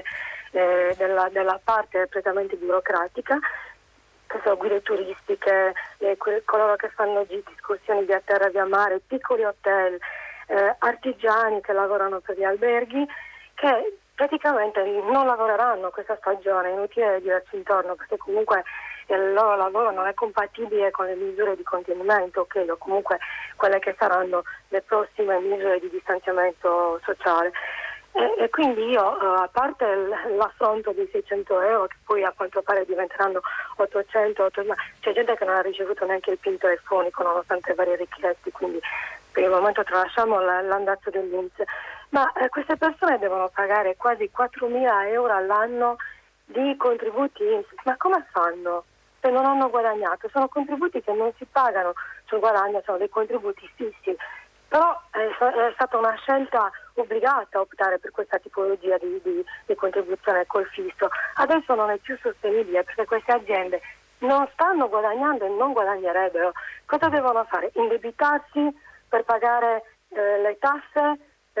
della parte prettamente burocratica, che sono guide turistiche, coloro che fanno escursioni via terra, via mare, piccoli hotel, artigiani che lavorano per gli alberghi, che praticamente non lavoreranno questa stagione. È inutile girarci intorno, perché comunque il loro lavoro non è compatibile con le misure di contenimento, o comunque quelle che saranno le prossime misure di distanziamento sociale. E quindi io, a parte l'affronto dei 600 euro, che poi a quanto pare diventeranno 800, c'è gente che non ha ricevuto neanche il PIN telefonico nonostante i vari richiesti, quindi per il momento tralasciamo l'andazzo dell'INPS. Ma queste persone devono pagare quasi 4.000 euro all'anno di contributi INPS. Ma come fanno? Se non hanno guadagnato, sono contributi che non si pagano sul guadagno, sono dei contributi fissi. Però è stata una scelta obbligata a optare per questa tipologia di contribuzione col fisso. Adesso non è più sostenibile, perché queste aziende non stanno guadagnando e non guadagnerebbero. Cosa devono fare? Indebitarsi per pagare le tasse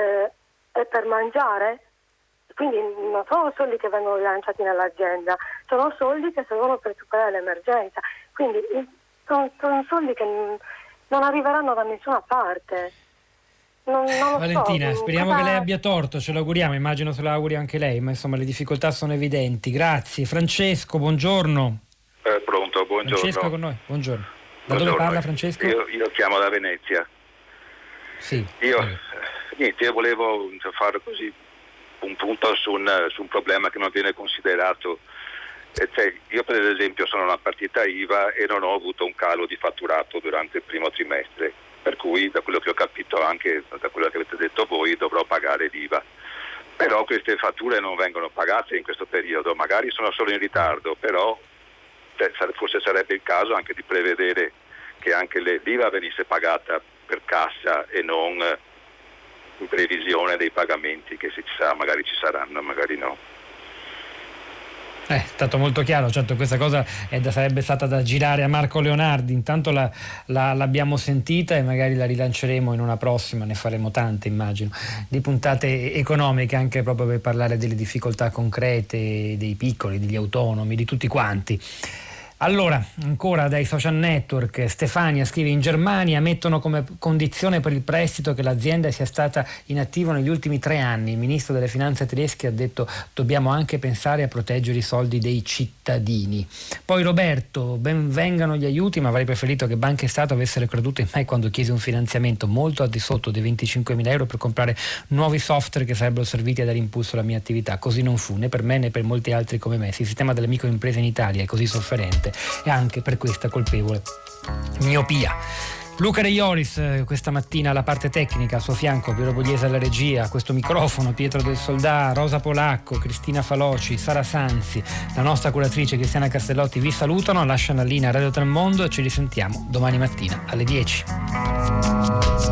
e per mangiare? Quindi non sono soldi che vengono rilanciati nell'azienda, sono soldi che servono per superare l'emergenza. Quindi sono soldi che non arriveranno da nessuna parte. Non Valentina, so, speriamo che lei abbia torto, ce lo auguriamo, immagino se lo auguri anche lei, ma insomma le difficoltà sono evidenti. Grazie. Francesco, buongiorno. Pronto, buongiorno. Francesco con noi, buongiorno. Da dove parla Francesco? Io chiamo da Venezia. Sì. Io volevo fare così un punto su un problema che non viene considerato. Io per esempio sono una partita IVA e non ho avuto un calo di fatturato durante il primo trimestre, per cui da quello che ho capito anche da quello che avete detto voi dovrò pagare l'IVA. Però queste fatture non vengono pagate in questo periodo, magari sono solo in ritardo, però forse sarebbe il caso anche di prevedere che anche l'IVA venisse pagata per cassa e non in previsione dei pagamenti che magari ci saranno, magari no. È stato molto chiaro, certo questa cosa sarebbe stata da girare a Marco Leonardi, intanto l'abbiamo sentita e magari la rilanceremo in una prossima, ne faremo tante immagino, di puntate economiche anche proprio per parlare delle difficoltà concrete dei piccoli, degli autonomi, di tutti quanti. Allora, ancora dai social network, Stefania scrive: in Germania mettono come condizione per il prestito che l'azienda sia stata in attivo negli ultimi 3 anni. Il ministro delle finanze tedesche ha detto: dobbiamo anche pensare a proteggere i soldi dei cittadini. Poi Roberto: ben vengano gli aiuti, ma avrei preferito che Banca e Stato avessero creduto in me quando chiesi un finanziamento molto al di sotto dei 25.000 euro per comprare nuovi software che sarebbero serviti a dare impulso alla mia attività. Così non fu, né per me né per molti altri come me. Il sistema delle microimprese in Italia è così sofferente e anche per questa colpevole miopia. Luca De Ioris questa mattina alla parte tecnica, al suo fianco Piero Pugliese alla regia, questo microfono Pietro del Soldà, Rosa Polacco, Cristina Faloci, Sara Sanzi, la nostra curatrice Cristiana Castellotti vi salutano, lasciano la linea Radio Tremondo e ci risentiamo domani mattina alle 10.